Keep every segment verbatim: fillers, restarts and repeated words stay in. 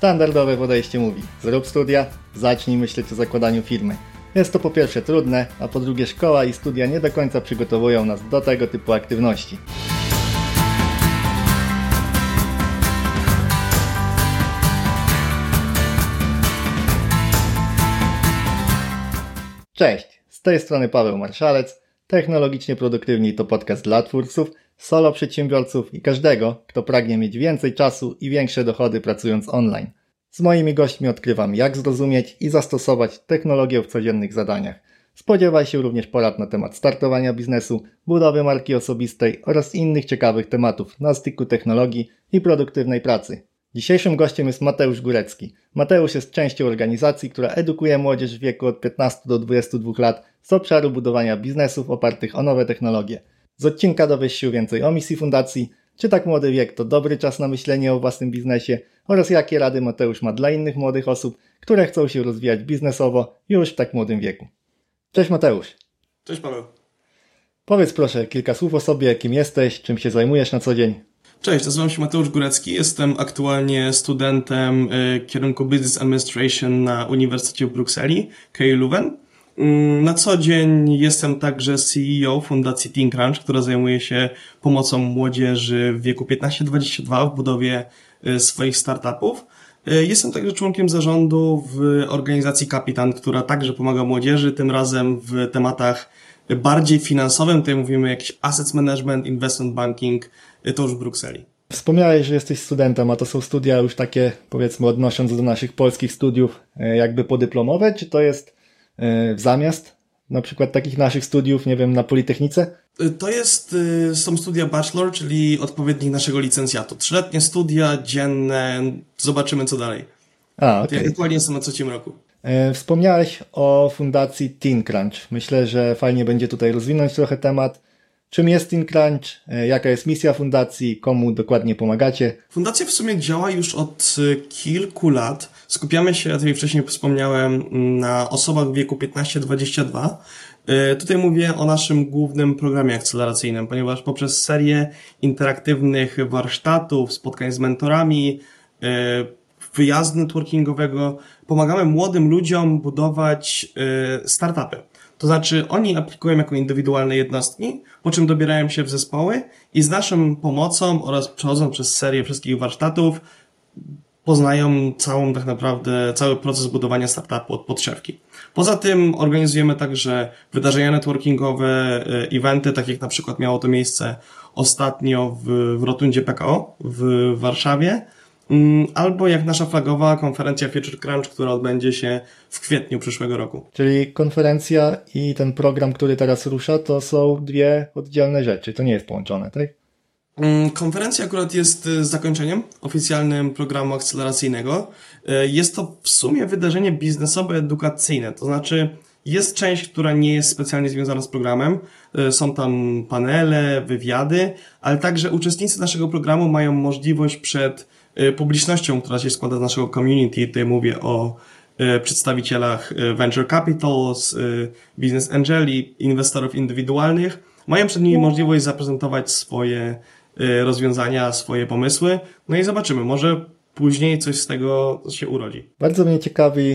Standardowe podejście mówi: zrób studia, zacznij myśleć o zakładaniu firmy. Jest to po pierwsze trudne, a po drugie szkoła i studia nie do końca przygotowują nas do tego typu aktywności. Cześć, z tej strony Paweł Marszalec. Technologicznie Produktywni to podcast dla twórców, solo przedsiębiorców i każdego, kto pragnie mieć więcej czasu i większe dochody pracując online. Z moimi gośćmi odkrywam, jak zrozumieć i zastosować technologię w codziennych zadaniach. Spodziewaj się również porad na temat startowania biznesu, budowy marki osobistej oraz innych ciekawych tematów na styku technologii i produktywnej pracy. Dzisiejszym gościem jest Mateusz Górecki. Mateusz jest częścią organizacji, która edukuje młodzież w wieku od piętnastu do dwudziestu dwóch lat z obszaru budowania biznesów opartych o nowe technologie. Z odcinka dowiesz się więcej o misji fundacji, czy tak młody wiek to dobry czas na myślenie o własnym biznesie oraz jakie rady Mateusz ma dla innych młodych osób, które chcą się rozwijać biznesowo już w tak młodym wieku. Cześć Mateusz. Cześć Paweł. Powiedz proszę kilka słów o sobie, kim jesteś, czym się zajmujesz na co dzień. Cześć, nazywam się Mateusz Górecki, jestem aktualnie studentem y, kierunku Business Administration na Uniwersytecie w Brukseli, K U Leuven. Y, na co dzień jestem także C E O Fundacji ThinkCrunch, która zajmuje się pomocą młodzieży w wieku piętnaście do dwudziestu dwóch w budowie y, swoich startupów. Y, jestem także członkiem zarządu w organizacji Kapitan, która także pomaga młodzieży, tym razem w tematach bardziej finansowym. Tutaj mówimy jakiś assets management, investment banking, to już w Brukseli. Wspomniałeś, że jesteś studentem, a to są studia już takie, powiedzmy, odnosząc do naszych polskich studiów, jakby podyplomowe, czy to jest w zamiast na przykład takich naszych studiów, nie wiem, na Politechnice? To jest, są studia bachelor, czyli odpowiednik naszego licencjatu. Trzyletnie studia dzienne, zobaczymy co dalej. A, okej. Ja aktualnie jestem na trzecim roku. Wspomniałeś o fundacji ThinkCrunch. Myślę, że fajnie będzie tutaj rozwinąć trochę temat. Czym jest ThinkCrunch? Jaka jest misja fundacji? Komu dokładnie pomagacie? Fundacja w sumie działa już od kilku lat. Skupiamy się, jak wcześniej wspomniałem, na osobach w wieku piętnaście do dwudziestu dwóch. Tutaj mówię o naszym głównym programie akceleracyjnym, ponieważ poprzez serię interaktywnych warsztatów, spotkań z mentorami, wyjazdu networkingowego pomagamy młodym ludziom budować startupy. To znaczy oni aplikują jako indywidualne jednostki, po czym dobierają się w zespoły i z naszą pomocą oraz przechodzą przez serię wszystkich warsztatów poznają całą tak naprawdę, cały proces budowania startupu od podszewki. Poza tym organizujemy także wydarzenia networkingowe, eventy, tak jak na przykład miało to miejsce ostatnio w, w Rotundzie P K O w Warszawie, albo jak nasza flagowa konferencja Future Crunch, która odbędzie się w kwietniu przyszłego roku. Czyli konferencja i ten program, który teraz rusza, to są dwie oddzielne rzeczy, to nie jest połączone, tak? Konferencja akurat jest zakończeniem oficjalnym programu akceleracyjnego. Jest to w sumie wydarzenie biznesowo-edukacyjne, to znaczy jest część, która nie jest specjalnie związana z programem, są tam panele, wywiady, ale także uczestnicy naszego programu mają możliwość przed publicznością, która się składa z naszego community, tutaj mówię o przedstawicielach venture capitals, business angeli, inwestorów indywidualnych, mają przed nimi możliwość zaprezentować swoje rozwiązania, swoje pomysły, no i zobaczymy, może później coś z tego się urodzi. Bardzo mnie ciekawi,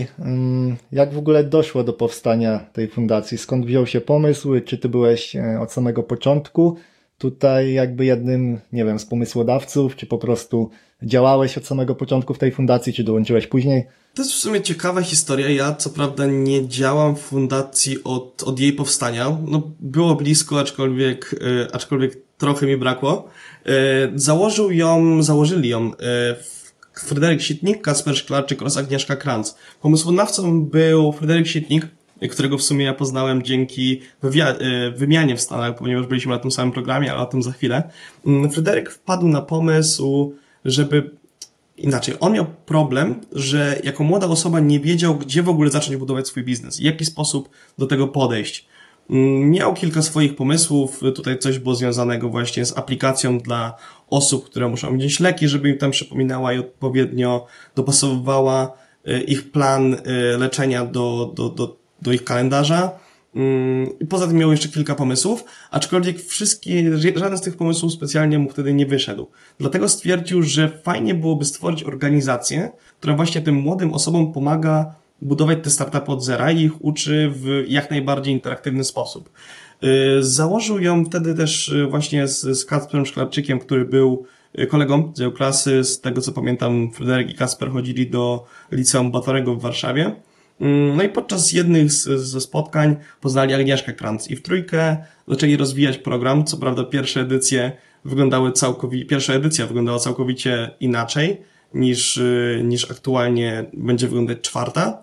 jak w ogóle doszło do powstania tej fundacji, skąd wziął się pomysł, czy ty byłeś od samego początku tutaj jakby jednym, nie wiem, z pomysłodawców, czy po prostu działałeś od samego początku w tej fundacji, czy dołączyłeś później? To jest w sumie ciekawa historia. Ja co prawda nie działam w fundacji od, od jej powstania. No, było blisko, aczkolwiek, e, aczkolwiek trochę mi brakło. E, założył ją, założyli ją e, Fryderyk Sitnik, Kasper Szklarczyk oraz Agnieszka Kranz. Pomysłodawcą był Fryderyk Sitnik, którego w sumie ja poznałem dzięki wywia- wymianie w Stanach, ponieważ byliśmy na tym samym programie, ale o tym za chwilę. Fryderyk wpadł na pomysł, żeby inaczej. On miał problem, że jako młoda osoba nie wiedział, gdzie w ogóle zacząć budować swój biznes i w jaki sposób do tego podejść. Miał kilka swoich pomysłów, tutaj coś było związanego właśnie z aplikacją dla osób, które muszą mieć leki, żeby im tam przypominała i odpowiednio dopasowywała ich plan leczenia do, do, do, do ich kalendarza. I poza tym miał jeszcze kilka pomysłów, aczkolwiek wszystkie, żaden z tych pomysłów specjalnie mu wtedy nie wyszedł. Dlatego stwierdził, że fajnie byłoby stworzyć organizację, która właśnie tym młodym osobom pomaga budować te startupy od zera i ich uczy w jak najbardziej interaktywny sposób. Założył ją wtedy też właśnie z, z Kacprem Szklarczykiem, który był kolegą z jego klasy. Z tego co pamiętam, Fryderyk i Kacper chodzili do Liceum Batorego w Warszawie. No i podczas jednych z, ze spotkań poznali Agnieszkę Krantz i w trójkę zaczęli rozwijać program. Co prawda pierwsze edycje wyglądały całkowicie, pierwsza edycja wyglądała całkowicie inaczej niż, niż aktualnie będzie wyglądać czwarta.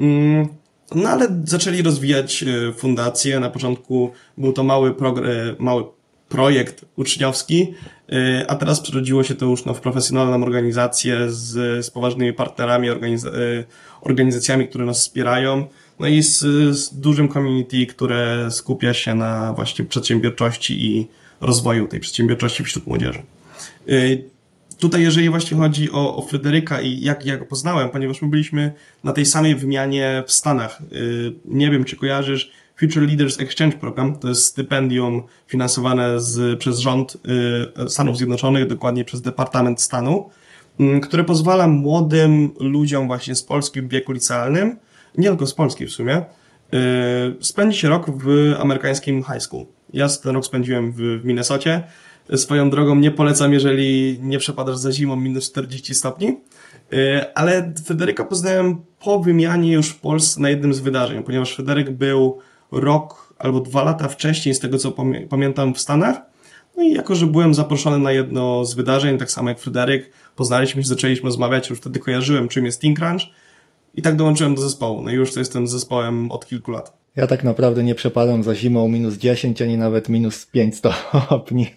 No ale zaczęli rozwijać fundację. Na początku był to mały, progr- mały projekt uczniowski, a teraz przerodziło się to już no, w profesjonalną organizację z, z poważnymi partnerami, organiz- organizacjami, które nas wspierają, no i z, z dużym community, które skupia się na właśnie przedsiębiorczości i rozwoju tej przedsiębiorczości wśród młodzieży. Tutaj jeżeli właśnie chodzi o, o Fryderyka i jak ja go poznałem, ponieważ my byliśmy na tej samej wymianie w Stanach. Nie wiem, czy kojarzysz Future Leaders Exchange Program, to jest stypendium finansowane z, przez rząd Stanów Zjednoczonych, dokładnie przez Departament Stanu, które pozwala młodym ludziom właśnie z Polski w wieku licealnym, nie tylko z Polski w sumie, spędzić rok w amerykańskim high school. Ja ten rok spędziłem w, w Minnesocie. Swoją drogą nie polecam, jeżeli nie przepadasz za zimą minus czterdzieści stopni, ale Fryderyka poznałem po wymianie już w Polsce na jednym z wydarzeń, ponieważ Fryderyk był rok albo dwa lata wcześniej, z tego co pamiętam, w Stanach. No i jako, że byłem zaproszony na jedno z wydarzeń, tak samo jak Fryderyk, poznaliśmy się, zaczęliśmy rozmawiać, już wtedy kojarzyłem, czym jest ThinkCrunch i tak dołączyłem do zespołu. No i już to jestem z zespołem od kilku lat. Ja tak naprawdę nie przepadam za zimą minus dziesięć, ani nawet minus pięć stopni.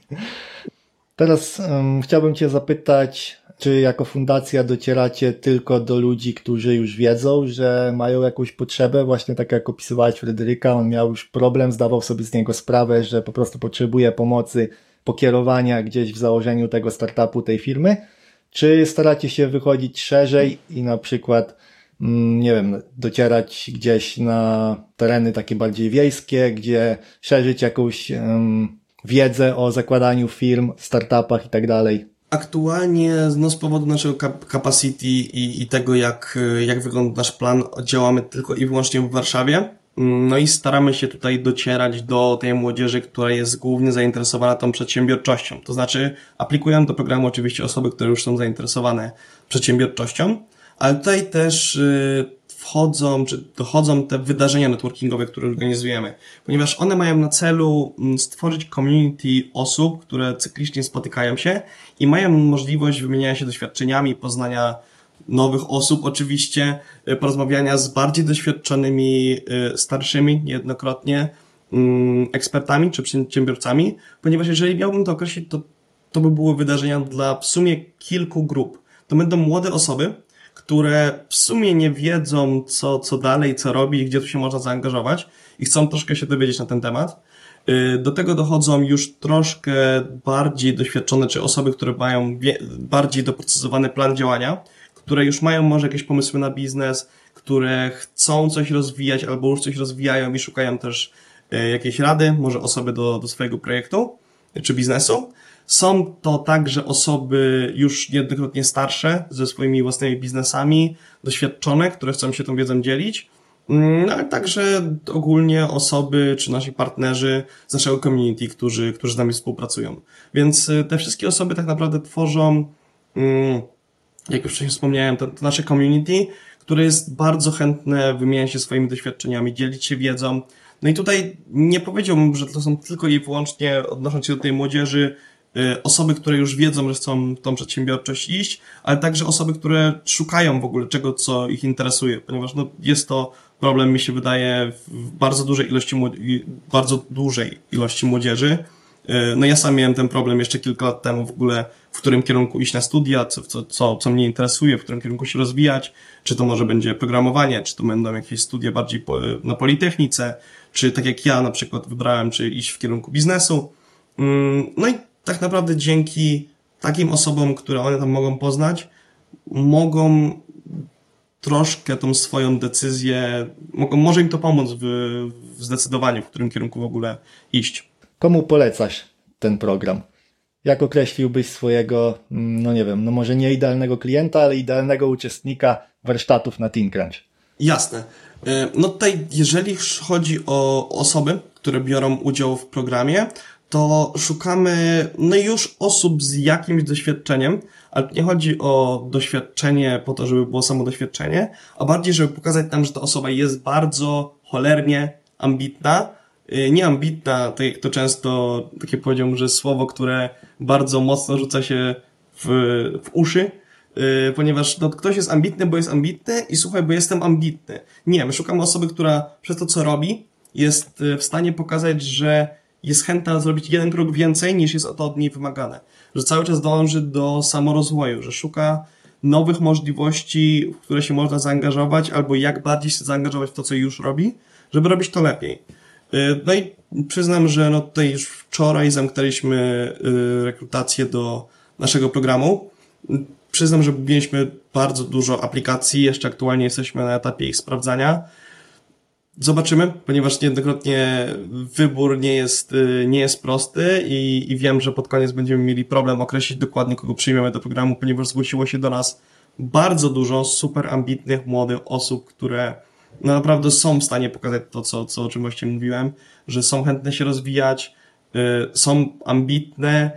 Teraz um, chciałbym Cię zapytać, czy jako fundacja docieracie tylko do ludzi, którzy już wiedzą, że mają jakąś potrzebę, właśnie tak jak opisywałeś Fryderyka, on miał już problem, zdawał sobie z niego sprawę, że po prostu potrzebuje pomocy, pokierowania gdzieś w założeniu tego startupu, tej firmy, czy staracie się wychodzić szerzej i na przykład, nie wiem, docierać gdzieś na tereny takie bardziej wiejskie, gdzie szerzyć jakąś um, wiedzę o zakładaniu firm, startupach i tak dalej? Aktualnie no, z powodu naszego capacity i, i tego, jak, jak wygląda nasz plan, działamy tylko i wyłącznie w Warszawie. No i staramy się tutaj docierać do tej młodzieży, która jest głównie zainteresowana tą przedsiębiorczością. To znaczy aplikują do programu oczywiście osoby, które już są zainteresowane przedsiębiorczością, ale tutaj też y, wchodzą, czy dochodzą te wydarzenia networkingowe, które organizujemy, ponieważ one mają na celu stworzyć community osób, które cyklicznie spotykają się i mają możliwość wymieniania się doświadczeniami, poznania nowych osób, oczywiście porozmawiania z bardziej doświadczonymi, starszymi niejednokrotnie ekspertami czy przedsiębiorcami, ponieważ jeżeli miałbym to określić, to, to by były wydarzenia dla w sumie kilku grup. To będą młode osoby, które w sumie nie wiedzą, co, co dalej, co robić, gdzie tu się można zaangażować i chcą troszkę się dowiedzieć na ten temat. Do tego dochodzą już troszkę bardziej doświadczone, czy osoby, które mają bardziej doprecyzowany plan działania, które już mają może jakieś pomysły na biznes, które chcą coś rozwijać albo już coś rozwijają i szukają też jakiejś rady, może osoby do, do swojego projektu czy biznesu. Są to także osoby już niejednokrotnie starsze, ze swoimi własnymi biznesami, doświadczone, które chcą się tą wiedzą dzielić, no, ale także ogólnie osoby czy nasi partnerzy z naszego community, którzy, którzy z nami współpracują. Więc te wszystkie osoby tak naprawdę tworzą, jak już wcześniej wspomniałem, to, to nasze community, które jest bardzo chętne wymieniać się swoimi doświadczeniami, dzielić się wiedzą. No i tutaj nie powiedziałbym, że to są tylko i wyłącznie, odnosząc się do tej młodzieży, osoby, które już wiedzą, że chcą tą przedsiębiorczość iść, ale także osoby, które szukają w ogóle czego, co ich interesuje, ponieważ no, jest to problem, mi się wydaje, w bardzo dużej ilości, bardzo dużej ilości młodzieży. No ja sam miałem ten problem jeszcze kilka lat temu w ogóle, w którym kierunku iść na studia, co, co, co, co mnie interesuje, w którym kierunku się rozwijać, czy to może będzie programowanie, czy to będą jakieś studia bardziej po, na Politechnice, czy tak jak ja na przykład wybrałem, czy iść w kierunku biznesu. No i tak naprawdę dzięki takim osobom, które one tam mogą poznać, mogą troszkę tą swoją decyzję, mogą, może im to pomóc w, w w zdecydowaniu, w którym kierunku w ogóle iść. Komu polecasz ten program? Jak określiłbyś swojego, no nie wiem, no może nie idealnego klienta, ale idealnego uczestnika warsztatów na TeamCrunch? Jasne. No tutaj, jeżeli chodzi o osoby, które biorą udział w programie, to szukamy no już osób z jakimś doświadczeniem, ale nie chodzi o doświadczenie po to, żeby było samo doświadczenie, a bardziej, żeby pokazać nam, że ta osoba jest bardzo cholernie ambitna. Nie ambitna, tak jak to często, takie powiedziałbym, że słowo, które bardzo mocno rzuca się w, w uszy, Yy, ponieważ no, ktoś jest ambitny, bo jest ambitny i słuchaj, bo jestem ambitny. Nie, my szukamy osoby, która przez to, co robi, jest w stanie pokazać, że jest chętna zrobić jeden krok więcej, niż jest to od niej wymagane. Że cały czas dąży do samorozwoju, że szuka nowych możliwości, w które się można zaangażować, albo jak bardziej się zaangażować w to, co już robi, żeby robić to lepiej. Yy, no i przyznam, że no tutaj już wczoraj zamknęliśmy yy, rekrutację do naszego programu. Przyznam, że mieliśmy bardzo dużo aplikacji, jeszcze aktualnie jesteśmy na etapie ich sprawdzania. Zobaczymy, ponieważ niejednokrotnie wybór nie jest, nie jest prosty i, i wiem, że pod koniec będziemy mieli problem określić dokładnie, kogo przyjmiemy do programu, ponieważ zgłosiło się do nas bardzo dużo super ambitnych, młodych osób, które no naprawdę są w stanie pokazać to, co, co o czym właśnie mówiłem, że są chętne się rozwijać, yy, są ambitne,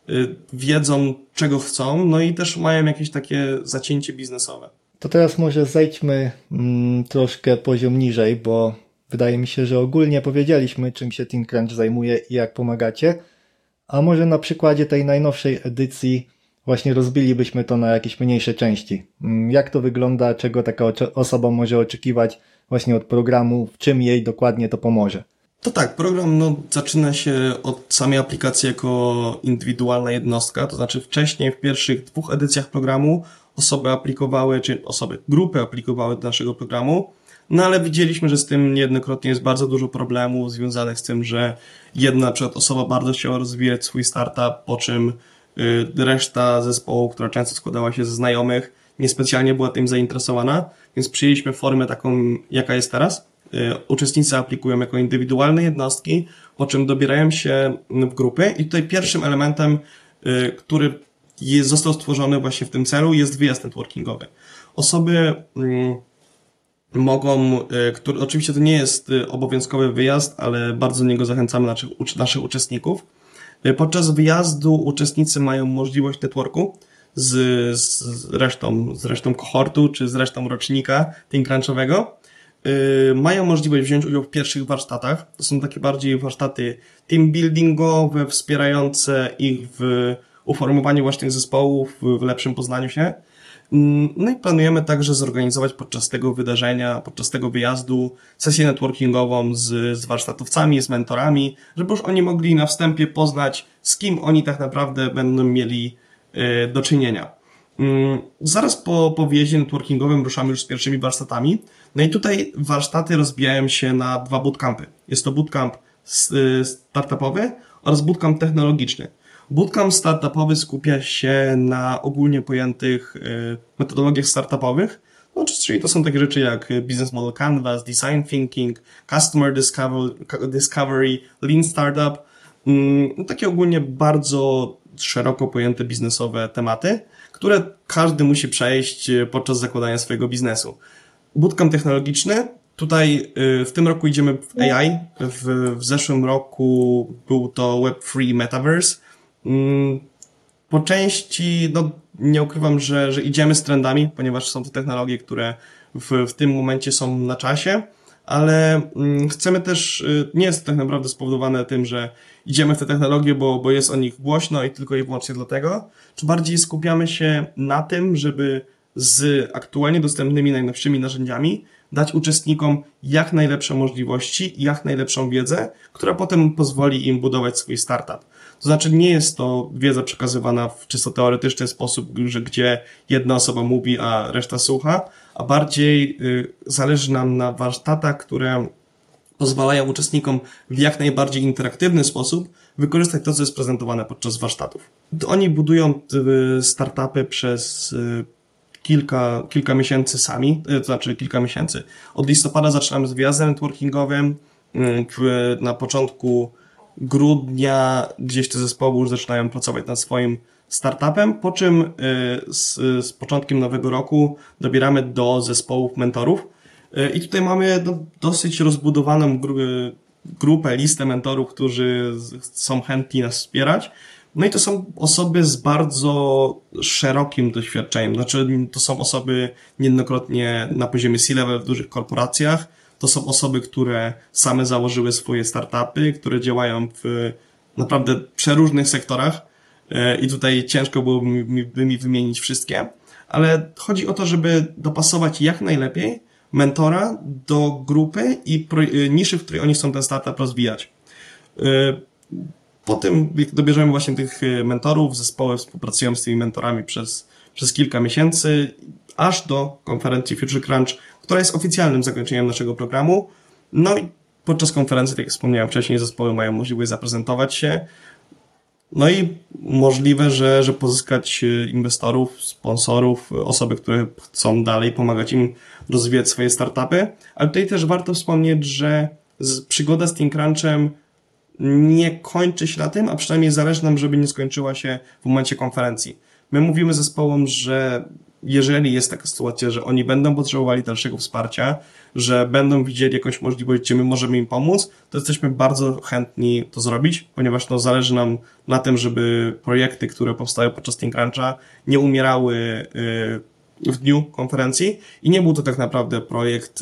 wiedzą, czego chcą, no i też mają jakieś takie zacięcie biznesowe. To teraz może zejdźmy mm, troszkę poziom niżej, bo wydaje mi się, że ogólnie powiedzieliśmy, czym się TeamCrunch zajmuje i jak pomagacie, a może na przykładzie tej najnowszej edycji właśnie rozbilibyśmy to na jakieś mniejsze części. Jak to wygląda, czego taka osoba może oczekiwać właśnie od programu, w czym jej dokładnie to pomoże? To tak, program no, zaczyna się od samej aplikacji jako indywidualna jednostka, to znaczy wcześniej w pierwszych dwóch edycjach programu osoby aplikowały, czy osoby, grupy aplikowały do naszego programu, no ale widzieliśmy, że z tym niejednokrotnie jest bardzo dużo problemów związanych z tym, że jedna na przykład osoba bardzo chciała rozwijać swój startup, po czym y, reszta zespołu, która często składała się ze znajomych, niespecjalnie była tym zainteresowana, więc przyjęliśmy formę taką, jaka jest teraz. Uczestnicy aplikują jako indywidualne jednostki, po czym dobierają się w grupy i tutaj pierwszym elementem, który jest, został stworzony właśnie w tym celu, jest wyjazd networkingowy. Osoby mogą, który, oczywiście to nie jest obowiązkowy wyjazd, ale bardzo do niego zachęcamy naszych, naszych uczestników. Podczas wyjazdu uczestnicy mają możliwość networku z, z resztą, z resztą kohortu, czy z resztą rocznika TeamCrunchowego. Yy, mają możliwość wziąć udział w pierwszych warsztatach. To są takie bardziej warsztaty team buildingowe, wspierające ich w uformowaniu właśnie zespołów, w lepszym poznaniu się. Yy, no i planujemy także zorganizować podczas tego wydarzenia, podczas tego wyjazdu sesję networkingową z, z warsztatowcami, z mentorami, żeby już oni mogli na wstępie poznać, z kim oni tak naprawdę będą mieli yy, do czynienia. Zaraz po, po wyjeździe networkingowym ruszamy już z pierwszymi warsztatami. No i tutaj warsztaty rozbijają się na dwa bootcampy. Jest to bootcamp startupowy oraz bootcamp technologiczny. Bootcamp startupowy skupia się na ogólnie pojętych metodologiach startupowych, no, czyli to są takie rzeczy jak Business Model Canvas, Design Thinking, Customer Discovery, Lean Startup. Takie ogólnie bardzo szeroko pojęte biznesowe tematy, które każdy musi przejść podczas zakładania swojego biznesu. Bootcamp technologiczny. Tutaj w tym roku idziemy w A I. W, w zeszłym roku był to web trzy Metaverse. Po części, no nie ukrywam, że, że idziemy z trendami, ponieważ są to technologie, które w, w tym momencie są na czasie, ale chcemy też, nie jest to tak naprawdę spowodowane tym, że idziemy w te technologie, bo, bo jest o nich głośno i tylko i wyłącznie dlatego, czy bardziej skupiamy się na tym, żeby z aktualnie dostępnymi najnowszymi narzędziami dać uczestnikom jak najlepsze możliwości i jak najlepszą wiedzę, która potem pozwoli im budować swój startup. To znaczy nie jest to wiedza przekazywana w czysto teoretyczny sposób, że gdzie jedna osoba mówi, a reszta słucha, a bardziej y, zależy nam na warsztatach, które pozwalają uczestnikom w jak najbardziej interaktywny sposób wykorzystać to, co jest prezentowane podczas warsztatów. Oni budują y, startupy przez y, kilka, kilka miesięcy sami, to znaczy kilka miesięcy. Od listopada zaczynamy z wyjazdem networkingowym, w, na początku grudnia gdzieś te zespoły już zaczynają pracować nad swoim startupem, po czym z, z początkiem nowego roku dobieramy do zespołów mentorów i tutaj mamy no, dosyć rozbudowaną gru- grupę, listę mentorów, którzy są chętni nas wspierać. No i to są osoby z bardzo szerokim doświadczeniem. Znaczy, to są osoby niejednokrotnie na poziomie C-level w dużych korporacjach. To są osoby, które same założyły swoje startupy, które działają w naprawdę przeróżnych sektorach. I tutaj ciężko byłoby mi, by mi wymienić wszystkie. Ale chodzi o to, żeby dopasować jak najlepiej mentora do grupy i pro, niszy, w której oni chcą ten startup rozwijać. Po tym, jak dobierzemy właśnie tych mentorów, zespoły współpracują z tymi mentorami przez, przez kilka miesięcy, aż do konferencji Future Crunch, która jest oficjalnym zakończeniem naszego programu. No i podczas konferencji, tak jak wspomniałem wcześniej, zespoły mają możliwość zaprezentować się. No i możliwe, że, że pozyskać inwestorów, sponsorów, osoby, które chcą dalej pomagać im rozwijać swoje startupy. Ale tutaj też warto wspomnieć, że przygoda z Team Crunchem nie kończy się na tym, a przynajmniej zależy nam, żeby nie skończyła się w momencie konferencji. My mówimy zespołom, że jeżeli jest taka sytuacja, że oni będą potrzebowali dalszego wsparcia, że będą widzieli jakąś możliwość, gdzie my możemy im pomóc, to jesteśmy bardzo chętni to zrobić, ponieważ no, zależy nam na tym, żeby projekty, które powstają podczas Team Cruncha, nie umierały w dniu konferencji i nie był to tak naprawdę projekt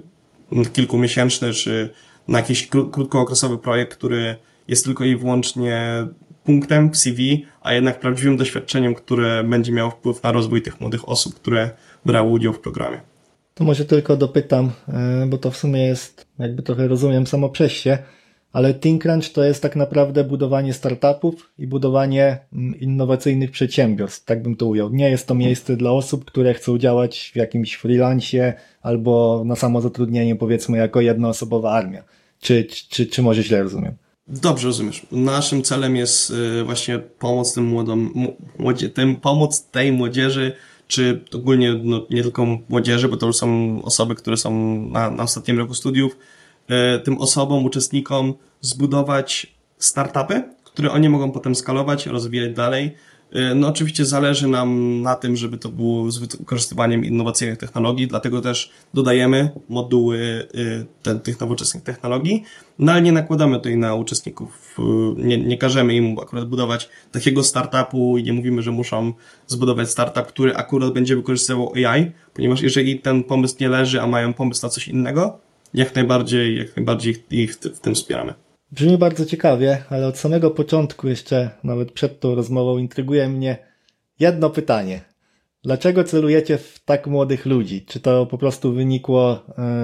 kilkumiesięczny, czy na jakiś krótkookresowy projekt, który jest tylko i wyłącznie punktem w C V, a jednak prawdziwym doświadczeniem, które będzie miało wpływ na rozwój tych młodych osób, które brały udział w programie. To może tylko dopytam, bo to w sumie jest, jakby trochę rozumiem, samo przejście, ale Team Crunch to jest tak naprawdę budowanie startupów i budowanie innowacyjnych przedsiębiorstw, tak bym to ujął. Nie jest to miejsce dla osób, które chcą działać w jakimś freelancie albo na samozatrudnienie, powiedzmy, jako jednoosobowa armia. Czy, czy, czy może źle rozumiem? Dobrze rozumiesz. Naszym celem jest właśnie pomoc tym młodym, młodzie, tym, pomoc tej młodzieży, czy ogólnie no, nie tylko młodzieży, bo to już są osoby, które są na, na ostatnim roku studiów, tym osobom, uczestnikom zbudować startupy, które oni mogą potem skalować, rozwijać dalej. No oczywiście zależy nam na tym, żeby to było z wykorzystywaniem innowacyjnych technologii, dlatego też dodajemy moduły te, tych nowoczesnych technologii, no ale nie nakładamy tutaj na uczestników, nie, nie każemy im akurat budować takiego startupu i nie mówimy, że muszą zbudować startup, który akurat będzie wykorzystywał A I, ponieważ jeżeli ten pomysł nie leży, a mają pomysł na coś innego, jak najbardziej, jak najbardziej ich w tym wspieramy. Brzmi bardzo ciekawie, ale od samego początku, jeszcze nawet przed tą rozmową, intryguje mnie jedno pytanie. Dlaczego celujecie w tak młodych ludzi? Czy to po prostu wynikło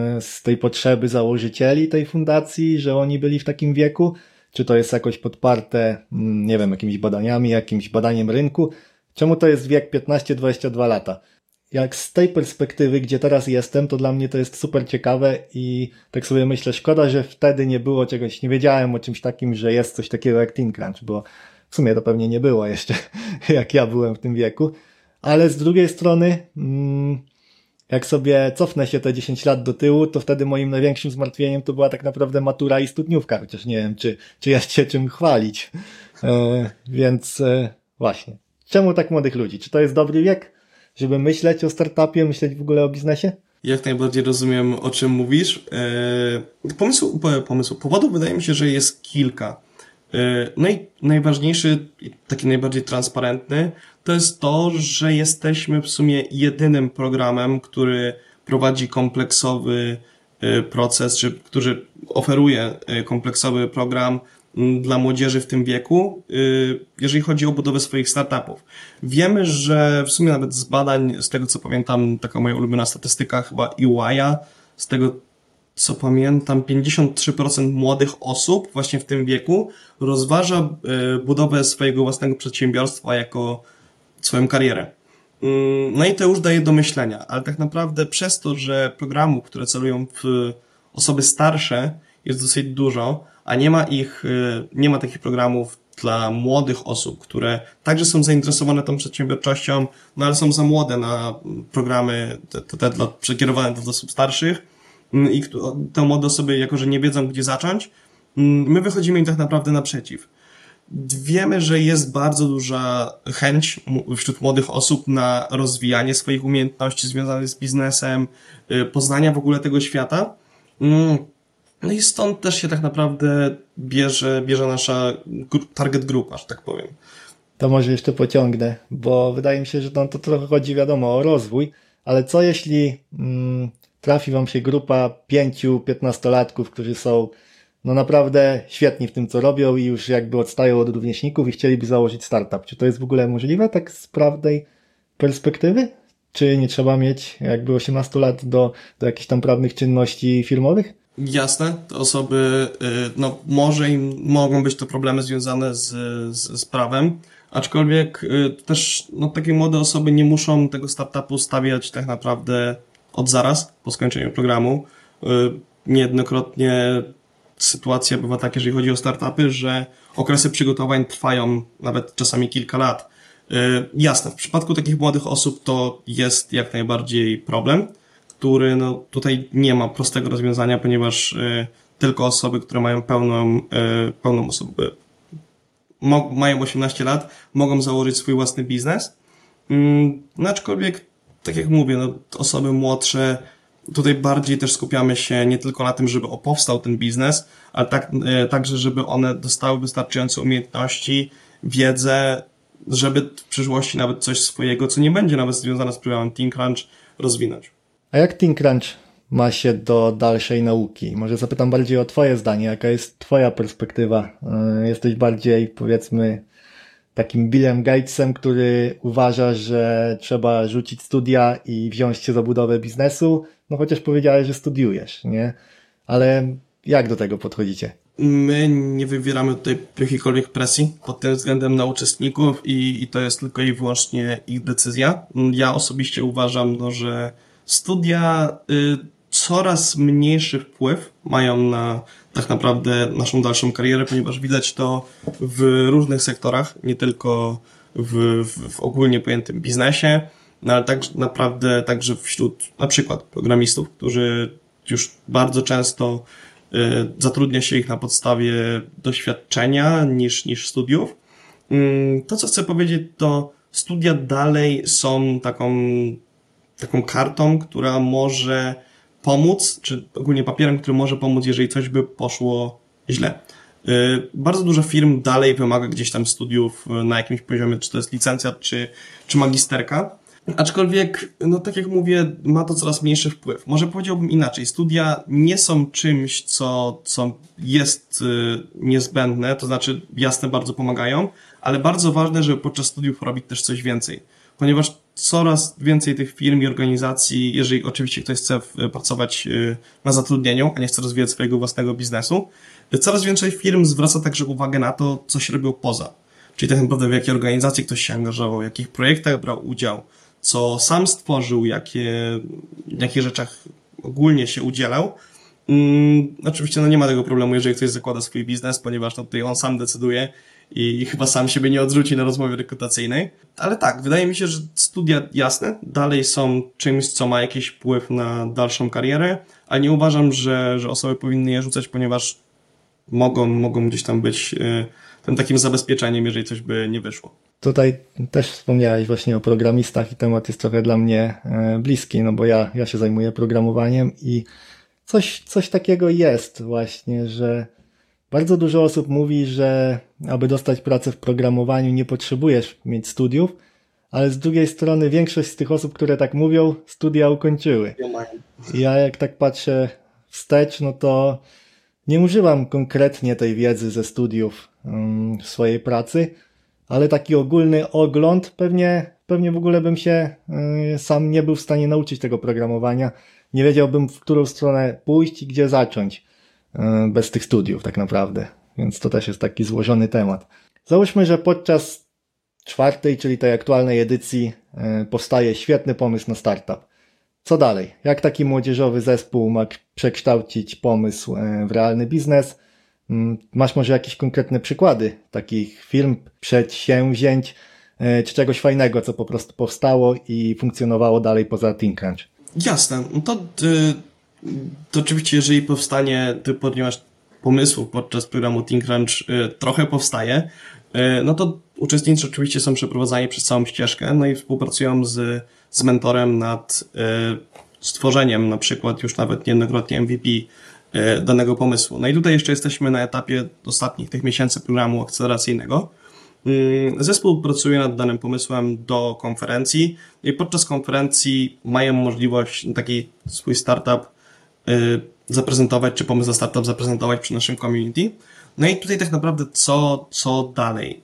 z tej potrzeby założycieli tej fundacji, że oni byli w takim wieku? Czy to jest jakoś podparte, nie wiem, jakimiś badaniami, jakimś badaniem rynku? Czemu to jest wiek piętnaście dwadzieścia dwa lata? Jak z tej perspektywy, gdzie teraz jestem, to dla mnie to jest super ciekawe i tak sobie myślę, szkoda, że wtedy nie było czegoś, nie wiedziałem o czymś takim, że jest coś takiego jak Team Crunch, bo w sumie to pewnie nie było jeszcze, jak ja byłem w tym wieku. Ale z drugiej strony, jak sobie cofnę się te dziesięć lat do tyłu, to wtedy moim największym zmartwieniem to była tak naprawdę matura i studniówka, chociaż nie wiem, czy, czy jest się czym chwalić. E, więc e, właśnie. Czemu tak młodych ludzi? Czy to jest dobry wiek, żeby myśleć o startupie, myśleć w ogóle o biznesie? Jak najbardziej rozumiem, o czym mówisz. E, pomysł, pomysł, powodów wydaje mi się, że jest kilka. E, no i najważniejszy, taki najbardziej transparentny, to jest to, że jesteśmy w sumie jedynym programem, który prowadzi kompleksowy proces, czy który oferuje kompleksowy program dla młodzieży w tym wieku, jeżeli chodzi o budowę swoich startupów. Wiemy, że w sumie nawet z badań, z tego co pamiętam, taka moja ulubiona statystyka chyba E Y, z tego co pamiętam, pięćdziesiąt trzy procent młodych osób właśnie w tym wieku rozważa budowę swojego własnego przedsiębiorstwa jako swoją karierę. No i to już daje do myślenia, ale tak naprawdę przez to, że programów, które celują w osoby starsze, jest dosyć dużo, a nie ma ich, nie ma takich programów dla młodych osób, które także są zainteresowane tą przedsiębiorczością, no ale są za młode na programy te, te, te dla, przekierowane do osób starszych, i te młode osoby, jako że nie wiedzą, gdzie zacząć, my wychodzimy im tak naprawdę naprzeciw. Wiemy, że jest bardzo duża chęć wśród młodych osób na rozwijanie swoich umiejętności związanych z biznesem, poznania w ogóle tego świata. No i stąd też się tak naprawdę bierze, bierze nasza target grupa, że tak powiem. To może jeszcze pociągnę, bo wydaje mi się, że no, to trochę chodzi, wiadomo, o rozwój, ale co jeśli mm, trafi wam się grupa pięciu, piętnastolatków, którzy są no naprawdę świetni w tym, co robią i już jakby odstają od rówieśników i chcieliby założyć startup. Czy to jest w ogóle możliwe, tak z prawnej perspektywy? Czy nie trzeba mieć jakby osiemnastu lat do, do jakichś tam prawnych czynności firmowych? Jasne, te osoby, no może im mogą być to problemy związane z, z, z prawem, aczkolwiek też no, takie młode osoby nie muszą tego startupu stawiać tak naprawdę od zaraz po skończeniu programu. Niejednokrotnie sytuacja bywa taka, jeżeli chodzi o startupy, że okresy przygotowań trwają nawet czasami kilka lat. Jasne, w przypadku takich młodych osób to jest jak najbardziej problem, który no tutaj nie ma prostego rozwiązania, ponieważ y, tylko osoby, które mają pełną, y, pełną osobę, mo- mają osiemnaście lat, mogą założyć swój własny biznes. Y, no aczkolwiek, tak jak mówię, no, osoby młodsze, tutaj bardziej też skupiamy się nie tylko na tym, żeby powstał ten biznes, ale tak, y, także, żeby one dostały wystarczające umiejętności, wiedzę, żeby w przyszłości nawet coś swojego, co nie będzie nawet związane z programem ThinkCrunch, rozwinąć. A jak ThinkCrunch ma się do dalszej nauki? Może zapytam bardziej o twoje zdanie. Jaka jest twoja perspektywa? Jesteś bardziej, powiedzmy, takim Billem Gatesem, który uważa, że trzeba rzucić studia i wziąć się za budowę biznesu? No chociaż powiedziałeś, że studiujesz, nie? Ale jak do tego podchodzicie? My nie wywieramy tutaj jakiejkolwiek presji pod tym względem na uczestników i, i to jest tylko i wyłącznie ich decyzja. Ja osobiście uważam, no, że studia y, coraz mniejszy wpływ mają na tak naprawdę naszą dalszą karierę, ponieważ widać to w różnych sektorach, nie tylko w, w, w ogólnie pojętym biznesie, no ale tak naprawdę także wśród na przykład programistów, którzy już bardzo często y, zatrudnia się ich na podstawie doświadczenia niż, niż studiów. Y, to, co chcę powiedzieć, to studia dalej są taką taką kartą, która może pomóc, czy ogólnie papierem, który może pomóc, jeżeli coś by poszło źle. Bardzo dużo firm dalej wymaga gdzieś tam studiów na jakimś poziomie, czy to jest licencjat, czy, czy magisterka. Aczkolwiek, no tak jak mówię, ma to coraz mniejszy wpływ. Może powiedziałbym inaczej. Studia nie są czymś, co, co jest niezbędne, to znaczy jasne, bardzo pomagają, ale bardzo ważne, żeby podczas studiów robić też coś więcej. Ponieważ coraz więcej tych firm i organizacji, jeżeli oczywiście ktoś chce pracować na zatrudnieniu, a nie chce rozwijać swojego własnego biznesu, coraz więcej firm zwraca także uwagę na to, co się robiło poza. Czyli tak naprawdę w jakiej organizacji ktoś się angażował, w jakich projektach brał udział, co sam stworzył, jakie, w jakich rzeczach ogólnie się udzielał. Hmm, oczywiście no nie ma tego problemu, jeżeli ktoś zakłada swój biznes, ponieważ no tutaj on sam decyduje i chyba sam siebie nie odrzuci na rozmowie rekrutacyjnej. Ale tak, wydaje mi się, że studia, jasne, dalej są czymś, co ma jakiś wpływ na dalszą karierę, ale nie uważam, że, że osoby powinny je rzucać, ponieważ mogą, mogą gdzieś tam być y, tym takim zabezpieczeniem, jeżeli coś by nie wyszło. Tutaj też wspomniałeś właśnie o programistach i temat jest trochę dla mnie y, bliski, no bo ja, ja się zajmuję programowaniem i coś, coś takiego jest właśnie, że bardzo dużo osób mówi, że aby dostać pracę w programowaniu nie potrzebujesz mieć studiów, ale z drugiej strony większość z tych osób, które tak mówią, studia ukończyły. I ja jak tak patrzę wstecz, no to nie używam konkretnie tej wiedzy ze studiów um, w swojej pracy, ale taki ogólny ogląd, pewnie, pewnie w ogóle bym się y, sam nie był w stanie nauczyć tego programowania. Nie wiedziałbym, w którą stronę pójść i gdzie zacząć y, bez tych studiów tak naprawdę. Więc to też jest taki złożony temat. Załóżmy, że podczas czwartej, czyli tej aktualnej edycji y, powstaje świetny pomysł na startup. Co dalej? Jak taki młodzieżowy zespół ma przekształcić pomysł y, w realny biznes? Masz może jakieś konkretne przykłady takich firm, przedsięwzięć, czy czegoś fajnego, co po prostu powstało i funkcjonowało dalej poza ThinkCrunch? Jasne. To y, to oczywiście, jeżeli powstanie, ty ponieważ pomysłów podczas programu ThinkCrunch y, trochę powstaje, y, no to uczestnicy oczywiście są przeprowadzani przez całą ścieżkę, no i współpracują z, z mentorem nad y, stworzeniem na przykład już nawet niejednokrotnie M V P y, danego pomysłu. No i tutaj jeszcze jesteśmy na etapie ostatnich tych miesięcy programu akceleracyjnego. Y, zespół pracuje nad danym pomysłem do konferencji i podczas konferencji mają możliwość taki swój startup y, zaprezentować, czy pomysł na startup zaprezentować przy naszym community. No i tutaj tak naprawdę co, co dalej?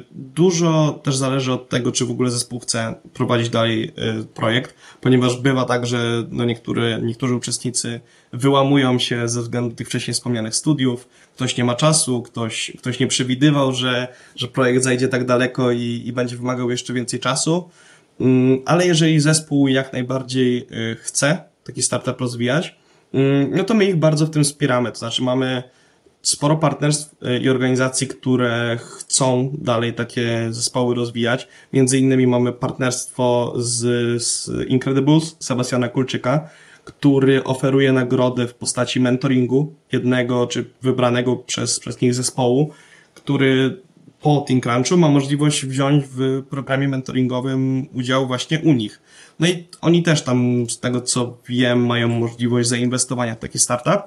Dużo też zależy od tego, czy w ogóle zespół chce prowadzić dalej projekt, ponieważ bywa tak, że no niektóry, niektórzy uczestnicy wyłamują się ze względu tych wcześniej wspomnianych studiów, ktoś nie ma czasu, ktoś, ktoś nie przewidywał, że, że projekt zajdzie tak daleko i, i będzie wymagał jeszcze więcej czasu, ale jeżeli zespół jak najbardziej chce taki startup rozwijać, no to my ich bardzo w tym wspieramy, to znaczy mamy sporo partnerstw i organizacji, które chcą dalej takie zespoły rozwijać. Między innymi mamy partnerstwo z, z Incredibles, Sebastiana Kulczyka, który oferuje nagrody w postaci mentoringu jednego czy wybranego przez, przez nich zespołu, który po ThinkCrunchu ma możliwość wziąć w programie mentoringowym udział właśnie u nich. No i oni też tam, z tego co wiem, mają możliwość zainwestowania w taki startup.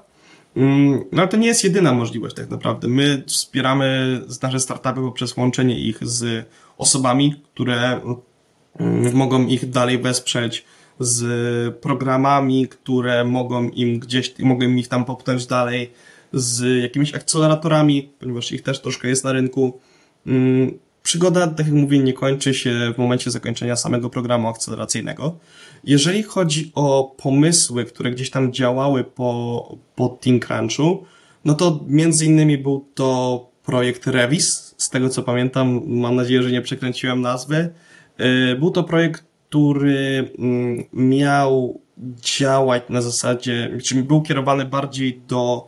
No ale to nie jest jedyna możliwość tak naprawdę. My wspieramy nasze startupy poprzez łączenie ich z osobami, które mogą ich dalej wesprzeć, z programami, które mogą im gdzieś, mogą ich tam popchnąć dalej, z jakimiś akceleratorami, ponieważ ich też troszkę jest na rynku. Przygoda, tak jak mówię, nie kończy się w momencie zakończenia samego programu akceleracyjnego. Jeżeli chodzi o pomysły, które gdzieś tam działały po, po ThinkCrunchu, no to między innymi był to projekt Revis, z tego co pamiętam, mam nadzieję, że nie przekręciłem nazwy. Był to projekt, który miał działać na zasadzie, czyli był kierowany bardziej do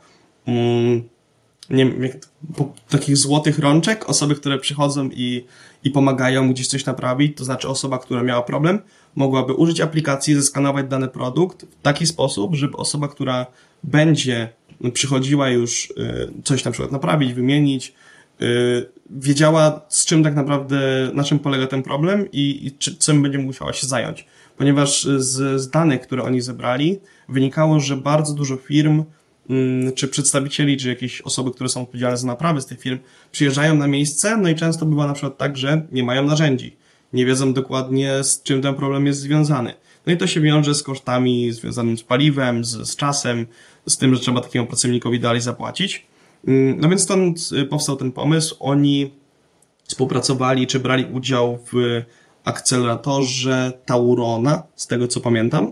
nie wiem, jak, po, takich złotych rączek, osoby, które przychodzą i, i pomagają gdzieś coś naprawić, to znaczy osoba, która miała problem, mogłaby użyć aplikacji, zeskanować dany produkt w taki sposób, żeby osoba, która będzie przychodziła już y, coś na przykład naprawić, wymienić, y, wiedziała z czym tak naprawdę, na czym polega ten problem i, i czy, czym będzie musiała się zająć. Ponieważ z, z danych, które oni zebrali, wynikało, że bardzo dużo firm czy przedstawicieli, czy jakieś osoby, które są odpowiedzialne za naprawy z tych firm, przyjeżdżają na miejsce, no i często bywa na przykład tak, że nie mają narzędzi. Nie wiedzą dokładnie, z czym ten problem jest związany. No i to się wiąże z kosztami związanymi z paliwem, z, z czasem, z tym, że trzeba takiemu pracownikowi dalej zapłacić. No więc stąd powstał ten pomysł. Oni współpracowali, czy brali udział w akceleratorze Taurona, z tego co pamiętam.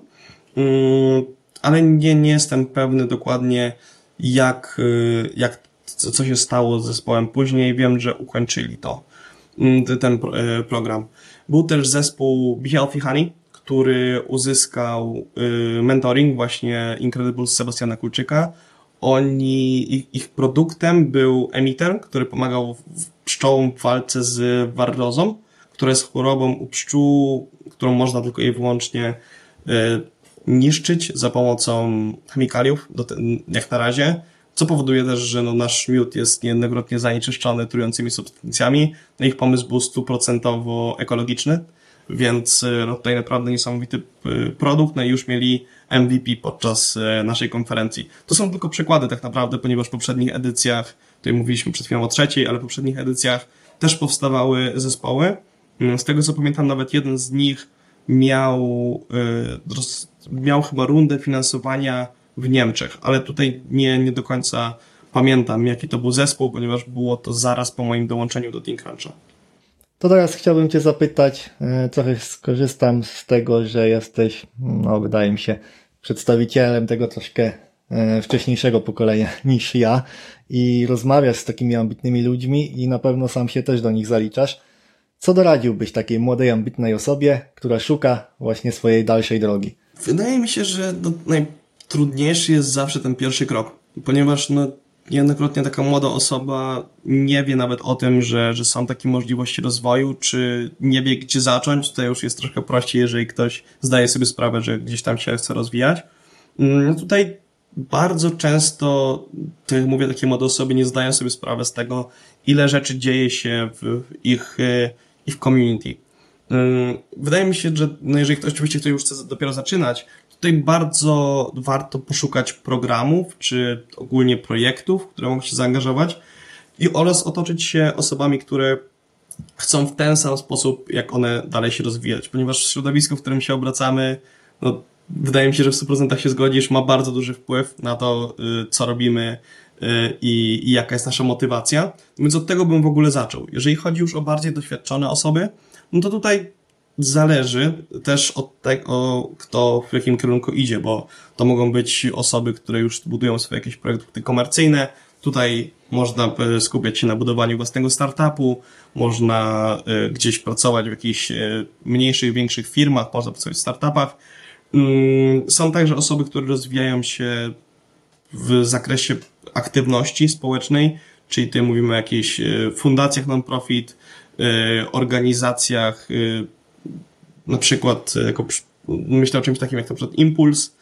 Ale nie, nie jestem pewny dokładnie, jak, jak, co się stało z zespołem później. Wiem, że ukończyli to, ten program. Był też zespół Be Healthy Honey, który uzyskał mentoring właśnie Incredibles Sebastiana Kulczyka. Oni, ich, ich produktem był emitter, który pomagał pszczołom w walce z warrozą, która jest chorobą u pszczół, którą można tylko i wyłącznie niszczyć za pomocą chemikaliów, jak na razie, co powoduje też, że no, nasz miód jest niejednokrotnie zanieczyszczony trującymi substancjami. No, ich pomysł był stuprocentowo ekologiczny, więc no, tutaj naprawdę niesamowity produkt, no i już mieli M V P podczas naszej konferencji. To są tylko przykłady tak naprawdę, ponieważ w poprzednich edycjach, tutaj mówiliśmy przed chwilą o trzeciej, ale w poprzednich edycjach też powstawały zespoły. Z tego co pamiętam, nawet jeden z nich miał, miał chyba rundę finansowania w Niemczech, ale tutaj nie, nie do końca pamiętam, jaki to był zespół, ponieważ było to zaraz po moim dołączeniu do ThinkCruncha. To teraz chciałbym Cię zapytać, trochę skorzystam z tego, że jesteś, no wydaje mi się, przedstawicielem tego troszkę wcześniejszego pokolenia niż ja i rozmawiasz z takimi ambitnymi ludźmi i na pewno sam się też do nich zaliczasz. Co doradziłbyś takiej młodej, ambitnej osobie, która szuka właśnie swojej dalszej drogi? Wydaje mi się, że no, najtrudniejszy jest zawsze ten pierwszy krok, ponieważ no, niejednokrotnie taka młoda osoba nie wie nawet o tym, że, że są takie możliwości rozwoju, czy nie wie, gdzie zacząć. Tutaj już jest troszkę prościej, jeżeli ktoś zdaje sobie sprawę, że gdzieś tam się chce rozwijać. Mhm. No tutaj bardzo często, tak jak mówię, takie młode osoby nie zdają sobie sprawy z tego, ile rzeczy dzieje się w ich, ich community. Wydaje mi się, że no jeżeli ktoś oczywiście ktoś już chce dopiero zaczynać, tutaj bardzo warto poszukać programów, czy ogólnie projektów, które mogą się zaangażować i oraz otoczyć się osobami, które chcą w ten sam sposób, jak one dalej się rozwijać, ponieważ środowisko, w którym się obracamy, no, wydaje mi się, że w stu procentach się zgodzisz, ma bardzo duży wpływ na to, co robimy i, i jaka jest nasza motywacja. Więc od tego bym w ogóle zaczął. Jeżeli chodzi już o bardziej doświadczone osoby, no to tutaj zależy też od tego, kto w jakim kierunku idzie, bo to mogą być osoby, które już budują swoje jakieś projekty komercyjne. Tutaj można skupiać się na budowaniu własnego startupu, można gdzieś pracować w jakichś mniejszych, większych firmach, można pracować w startupach. Są także osoby, które rozwijają się w zakresie aktywności społecznej, czyli tutaj mówimy o jakichś fundacjach non-profit, organizacjach, na przykład, jako, myślę o czymś takim jak na przykład Impuls,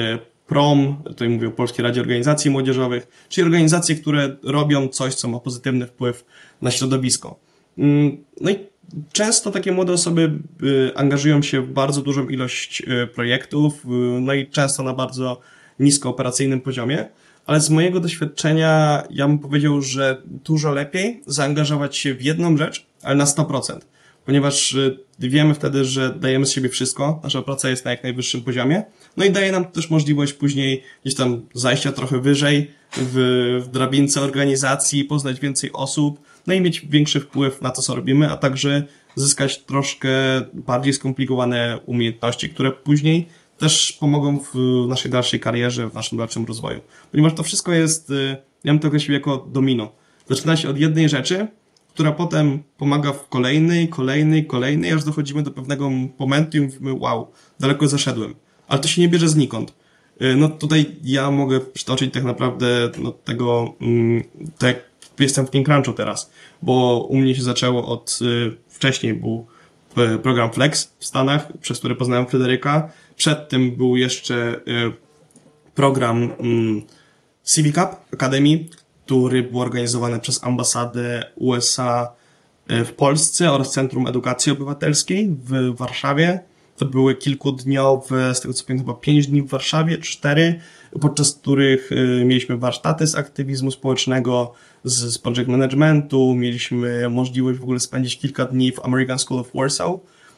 Prom, tutaj mówię o Polskiej Radzie Organizacji Młodzieżowych, czyli organizacje, które robią coś, co ma pozytywny wpływ na środowisko. No i często takie młode osoby angażują się w bardzo dużą ilość projektów, no i często na bardzo nisko operacyjnym poziomie, ale z mojego doświadczenia ja bym powiedział, że dużo lepiej zaangażować się w jedną rzecz, ale na sto procent, ponieważ wiemy wtedy, że dajemy z siebie wszystko, nasza praca jest na jak najwyższym poziomie, no i daje nam też możliwość później gdzieś tam zajścia trochę wyżej w, w drabince organizacji, poznać więcej osób, no i mieć większy wpływ na to, co robimy, a także zyskać troszkę bardziej skomplikowane umiejętności, które później też pomogą w naszej dalszej karierze, w naszym dalszym rozwoju. Ponieważ to wszystko jest, ja bym to określił jako domino. Zaczyna się od jednej rzeczy, która potem pomaga w kolejnej, kolejnej, kolejnej, aż dochodzimy do pewnego momentu i mówimy, wow, daleko zaszedłem. Ale to się nie bierze znikąd. No tutaj ja mogę przytoczyć tak naprawdę no, tego, tak jak jestem w Think Crunchu teraz, bo u mnie się zaczęło od, wcześniej był program Flex w Stanach, przez który poznałem Fryderyka. Przed tym był jeszcze program C V Cup Academy, który był organizowany przez ambasadę U S A w Polsce oraz Centrum Edukacji Obywatelskiej w Warszawie. To były kilkudniowe, z tego co pamiętam, chyba pięć dni w Warszawie, cztery, podczas których mieliśmy warsztaty z aktywizmu społecznego, z, z project managementu, mieliśmy możliwość w ogóle spędzić kilka dni w American School of Warsaw.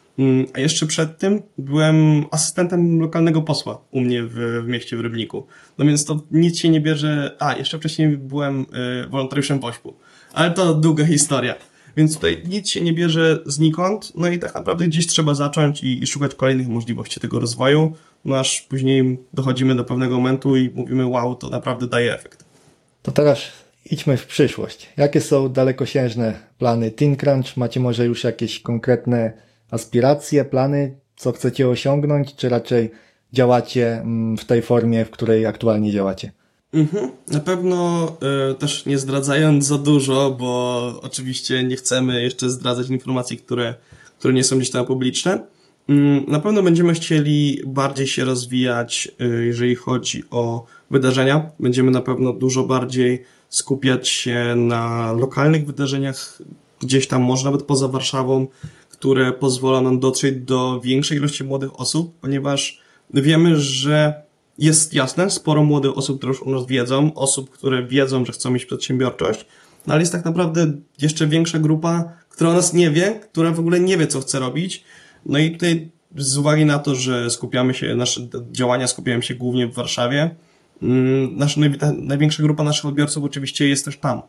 A jeszcze przed tym byłem asystentem lokalnego posła u mnie w, w mieście w Rybniku. No więc to nic się nie bierze... A, jeszcze wcześniej byłem y, wolontariuszem w Ośpu. Ale to długa historia. Więc tutaj nic się nie bierze znikąd. No i tak naprawdę gdzieś trzeba zacząć i, i szukać kolejnych możliwości tego rozwoju. No aż później dochodzimy do pewnego momentu i mówimy, wow, to naprawdę daje efekt. To teraz idźmy w przyszłość. Jakie są dalekosiężne plany Think Crunch? Macie może już jakieś konkretne aspiracje, plany, co chcecie osiągnąć, czy raczej działacie w tej formie, w której aktualnie działacie? Mhm. Na pewno y, też nie zdradzając za dużo, bo oczywiście nie chcemy jeszcze zdradzać informacji, które, które nie są gdzieś tam publiczne. Y, na pewno będziemy chcieli bardziej się rozwijać, y, jeżeli chodzi o wydarzenia. Będziemy na pewno dużo bardziej skupiać się na lokalnych wydarzeniach, gdzieś tam może nawet poza Warszawą, które pozwolą nam dotrzeć do większej ilości młodych osób, ponieważ wiemy, że jest jasne, sporo młodych osób, które już u nas wiedzą, osób, które wiedzą, że chcą mieć przedsiębiorczość, no ale jest tak naprawdę jeszcze większa grupa, która o nas nie wie, która w ogóle nie wie, co chce robić. No i tutaj z uwagi na to, że skupiamy się, nasze działania skupiają się głównie w Warszawie, nasza największa grupa naszych odbiorców oczywiście jest też tam.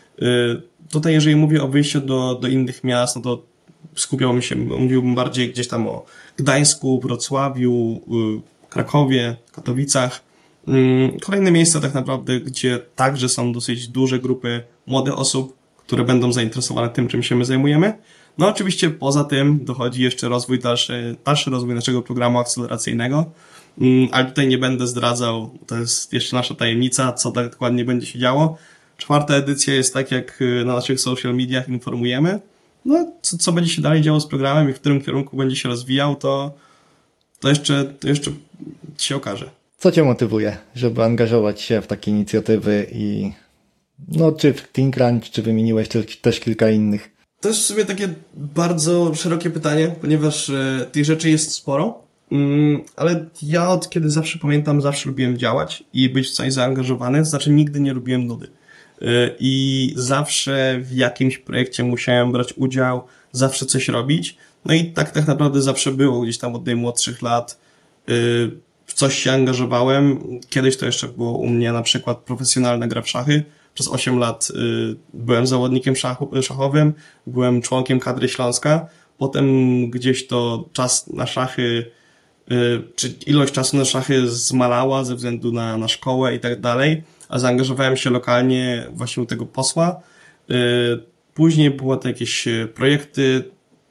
Tutaj jeżeli mówię o wyjściu do, do innych miast, no to skupiałbym się, mówiłbym bardziej gdzieś tam o Gdańsku, Wrocławiu, Krakowie, Katowicach. Kolejne miejsca tak naprawdę, gdzie także są dosyć duże grupy młodych osób, które będą zainteresowane tym, czym się my zajmujemy. No oczywiście poza tym dochodzi jeszcze rozwój dalszy, dalszy rozwój naszego programu akceleracyjnego, ale tutaj nie będę zdradzał, to jest jeszcze nasza tajemnica, co tak dokładnie będzie się działo. Czwarta edycja jest tak, jak na naszych social mediach informujemy. No, co, co będzie się dalej działo z programem i w którym kierunku będzie się rozwijał, to, to, jeszcze, to jeszcze się okaże. Co Cię motywuje, żeby angażować się w takie inicjatywy i no czy w ThinkCrunch, czy wymieniłeś też kilka innych? To jest w sumie takie bardzo szerokie pytanie, ponieważ e, tych rzeczy jest sporo, mm, ale ja od kiedy zawsze pamiętam, zawsze lubiłem działać i być w coś zaangażowany, to znaczy nigdy nie lubiłem nudy. E, I zawsze w jakimś projekcie musiałem brać udział, zawsze coś robić. No i tak tak naprawdę zawsze było, gdzieś tam od najmłodszych lat e, w coś się angażowałem. Kiedyś to jeszcze było u mnie na przykład profesjonalna gra w szachy. Przez osiem lat y, byłem zawodnikiem szachu, szachowym, byłem członkiem kadry Śląska. Potem gdzieś to czas na szachy, y, czy ilość czasu na szachy zmalała ze względu na, na szkołę i tak dalej, a zaangażowałem się lokalnie właśnie u tego posła. Y, później było to jakieś projekty,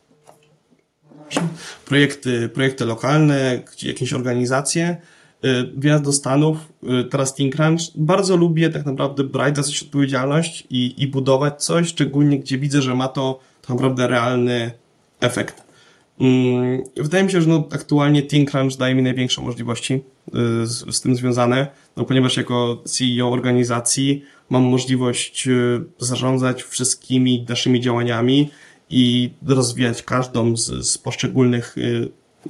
projekty, projekty lokalne, jakieś organizacje. Wjazd do Stanów, teraz ThinkCrunch. Bardzo lubię tak naprawdę brać za coś odpowiedzialność i, i budować coś, szczególnie gdzie widzę, że ma to tak naprawdę realny efekt. Hmm, wydaje mi się, że no, aktualnie ThinkCrunch daje mi największe możliwości y, z, z tym związane, no, ponieważ jako C E O organizacji mam możliwość y, zarządzać wszystkimi naszymi działaniami i rozwijać każdą z, z poszczególnych y,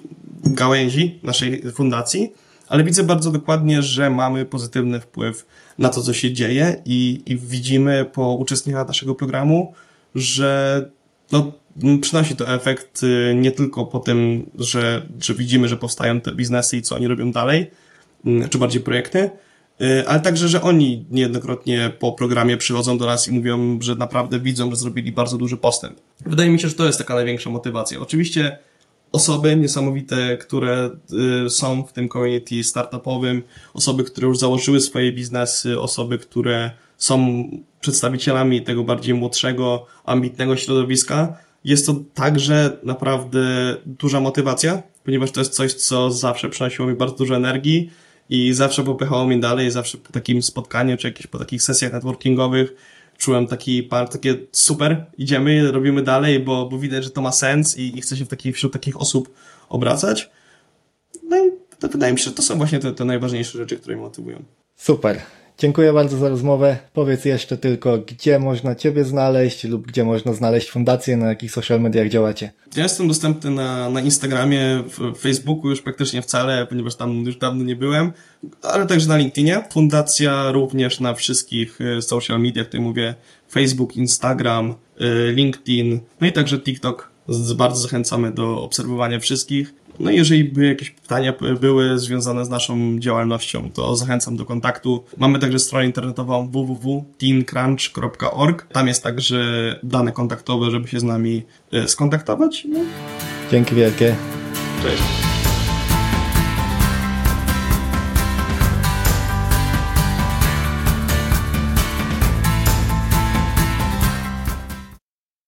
gałęzi naszej fundacji. Ale widzę bardzo dokładnie, że mamy pozytywny wpływ na to, co się dzieje i, i widzimy po uczestnikach naszego programu, że no, przynosi to efekt nie tylko po tym, że, że widzimy, że powstają te biznesy i co oni robią dalej, czy bardziej projekty, ale także, że oni niejednokrotnie po programie przychodzą do nas i mówią, że naprawdę widzą, że zrobili bardzo duży postęp. Wydaje mi się, że to jest taka największa motywacja. Oczywiście osoby niesamowite, które y, są w tym community startupowym, osoby, które już założyły swoje biznesy, osoby, które są przedstawicielami tego bardziej młodszego, ambitnego środowiska. Jest to także naprawdę duża motywacja, ponieważ to jest coś, co zawsze przynosiło mi bardzo dużo energii i zawsze popychało mnie dalej, zawsze po takim spotkaniu, czy jakieś po takich sesjach networkingowych czułem taki par, takie super, idziemy, robimy dalej, bo, bo widać, że to ma sens i, i chcę się w taki, wśród takich osób obracać. No i to wydaje mi się, że to są właśnie te, te najważniejsze rzeczy, które mnie motywują. Super. Dziękuję bardzo za rozmowę. Powiedz jeszcze tylko, gdzie można Ciebie znaleźć lub gdzie można znaleźć fundację, na jakich social mediach działacie. Ja jestem dostępny na, na Instagramie, w Facebooku już praktycznie wcale, ponieważ tam już dawno nie byłem, ale także na LinkedInie. Fundacja również na wszystkich social mediach, tutaj mówię Facebook, Instagram, LinkedIn, no i także TikTok. Bardzo zachęcamy do obserwowania wszystkich. No i jeżeli by jakieś pytania były związane z naszą działalnością, to zachęcam do kontaktu. Mamy także stronę internetową w w w kropka thinkcrunch kropka org. Tam jest także dane kontaktowe, żeby się z nami skontaktować. No. Dzięki wielkie. Cześć.